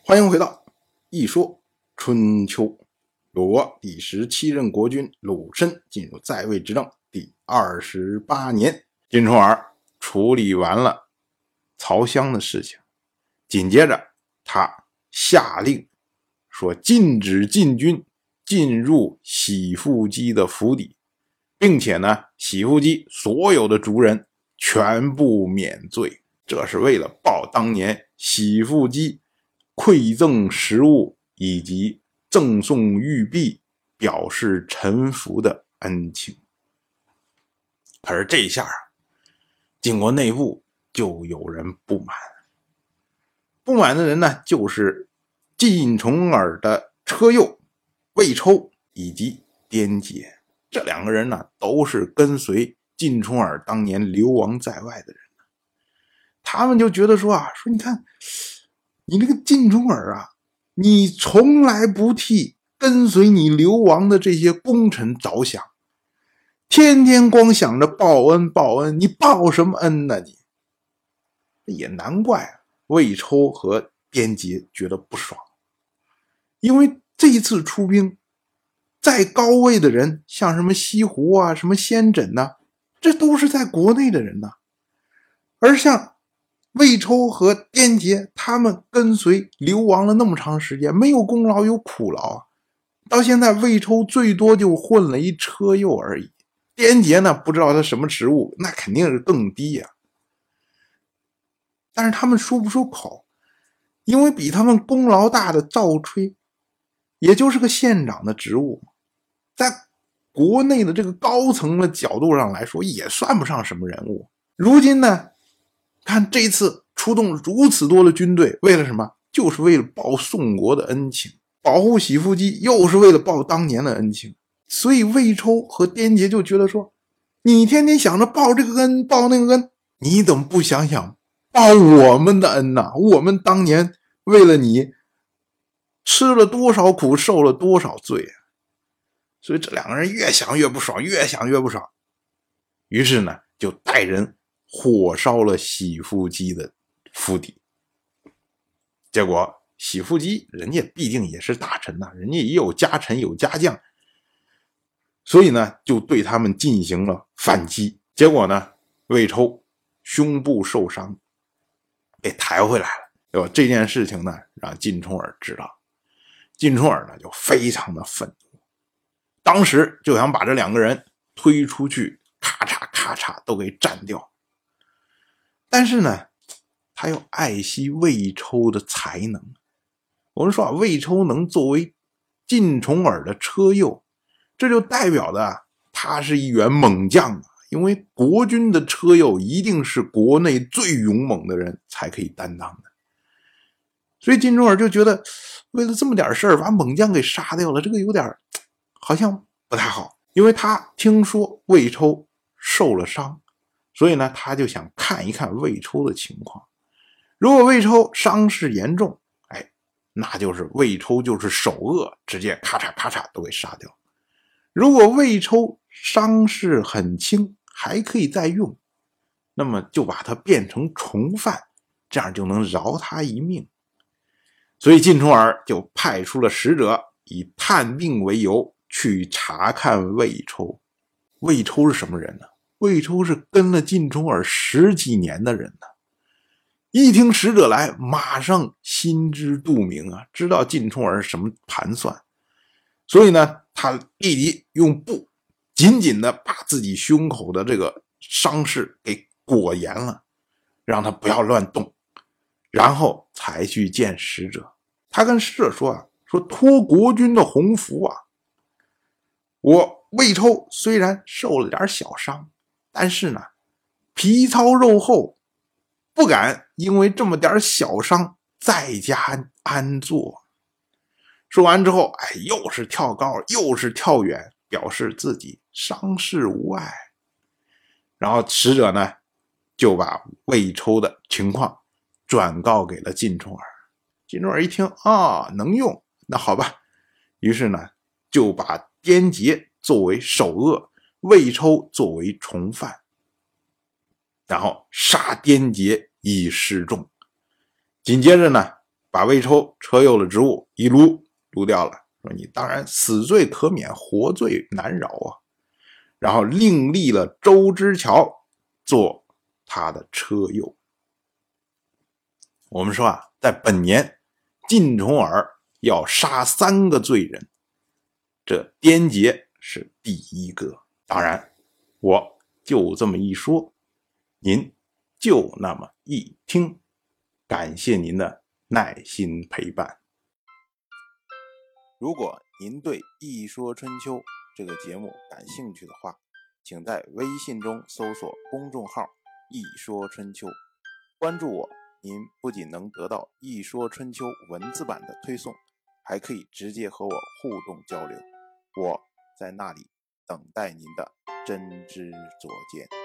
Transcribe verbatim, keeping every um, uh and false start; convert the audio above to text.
欢迎回到一说春秋。鲁国第十七任国君鲁申进入在位执政第二十八年，晋重耳处理完了曹襄的事情，紧接着他下令说禁止禁军进入喜父姬的府邸，并且呢喜父姬所有的族人全部免罪，这是为了报当年喜父姬馈赠食物以及赠送玉璧表示臣服的恩情。可是这一下啊，晋国内部就有人不满，不满的人呢就是晋重耳的车右、魏抽以及颠结，这两个人呢都是跟随晋重耳当年流亡在外的人。他们就觉得说啊，说你看你这个晋重耳啊，你从来不替跟随你流亡的这些功臣着想，天天光想着报恩报恩，你报什么恩呢？你也难怪魏抽和颠结觉得不爽，因为这一次出兵，在高位的人，像什么西湖啊、什么先轸呐、啊，这都是在国内的人呐、啊，而像魏抽和颠结他们跟随流亡了那么长时间，没有功劳有苦劳啊。到现在魏抽最多就混了一车右而已，颠结呢不知道他什么职务，那肯定是更低啊。但是他们说不出口，因为比他们功劳大的赵吹也就是个县长的职务，在国内的这个高层的角度上来说也算不上什么人物。如今呢看这次出动如此多的军队，为了什么？就是为了报宋国的恩情，保护喜父姬，又是为了报当年的恩情。所以魏抽和颠结就觉得说，你天天想着报这个恩报那个恩，你怎么不想想报我们的恩呢？我们当年为了你吃了多少苦，受了多少罪啊！所以这两个人越想越不爽，越想越不爽，于是呢就带人火烧了喜父姬的府邸。结果喜父姬人家毕竟也是大臣呐、啊，人家也有家臣有家将，所以呢就对他们进行了反击。结果呢魏抽胸部受伤被抬回来了。结果这件事情呢让晋重耳知道，晋重耳呢就非常的愤怒，当时就想把这两个人推出去，咔嚓咔嚓都给斩掉。但是呢他又爱惜魏抽的才能。我们说啊，魏抽能作为晋重耳的车右，这就代表的他是一员猛将啊，因为国君的车右一定是国内最勇猛的人才可以担当的。所以晋重耳就觉得为了这么点事儿把猛将给杀掉了，这个有点好像不太好。因为他听说魏抽受了伤，所以呢他就想看一看魏抽的情况。如果魏抽伤势严重，哎，那就是魏抽就是首恶，直接咔嚓咔嚓都给杀掉。如果魏抽伤势很轻，还可以再用，那么就把他变成从犯，这样就能饶他一命。所以晋重耳就派出了使者，以探病为由去查看魏抽。魏抽是什么人呢？魏抽是跟了晋重耳十几年的人呢。一听使者来，马上心知肚明啊，知道晋重耳是什么盘算。所以呢他立即用布紧紧的把自己胸口的这个伤势给裹严了，让他不要乱动，然后才去见使者。他跟使者说啊，说托国君的鸿福啊，我魏抽虽然受了点小伤，但是呢皮糙肉厚，不敢因为这么点小伤在家安坐。说完之后，哎，又是跳高又是跳远，表示自己伤势无碍。然后使者呢就把魏抽的情况转告给了晋重耳。晋重耳一听啊，能用，那好吧，于是呢就把颠结作为首恶，魏抽作为从犯，然后杀颠结以示众。紧接着呢把魏抽车右的职务一撸撸掉了，说你当然死罪可免，活罪难饶啊。然后另立了周之乔做他的车右。我们说啊，在本年晋重耳要杀三个罪人，这颠杰是第一个。当然我就这么一说，您就那么一听，感谢您的耐心陪伴。如果您对《一说春秋》这个节目感兴趣的话，请在微信中搜索公众号一说春秋，关注我，您不仅能得到一说春秋文字版的推送，还可以直接和我互动交流，我在那里等待您的真知灼见。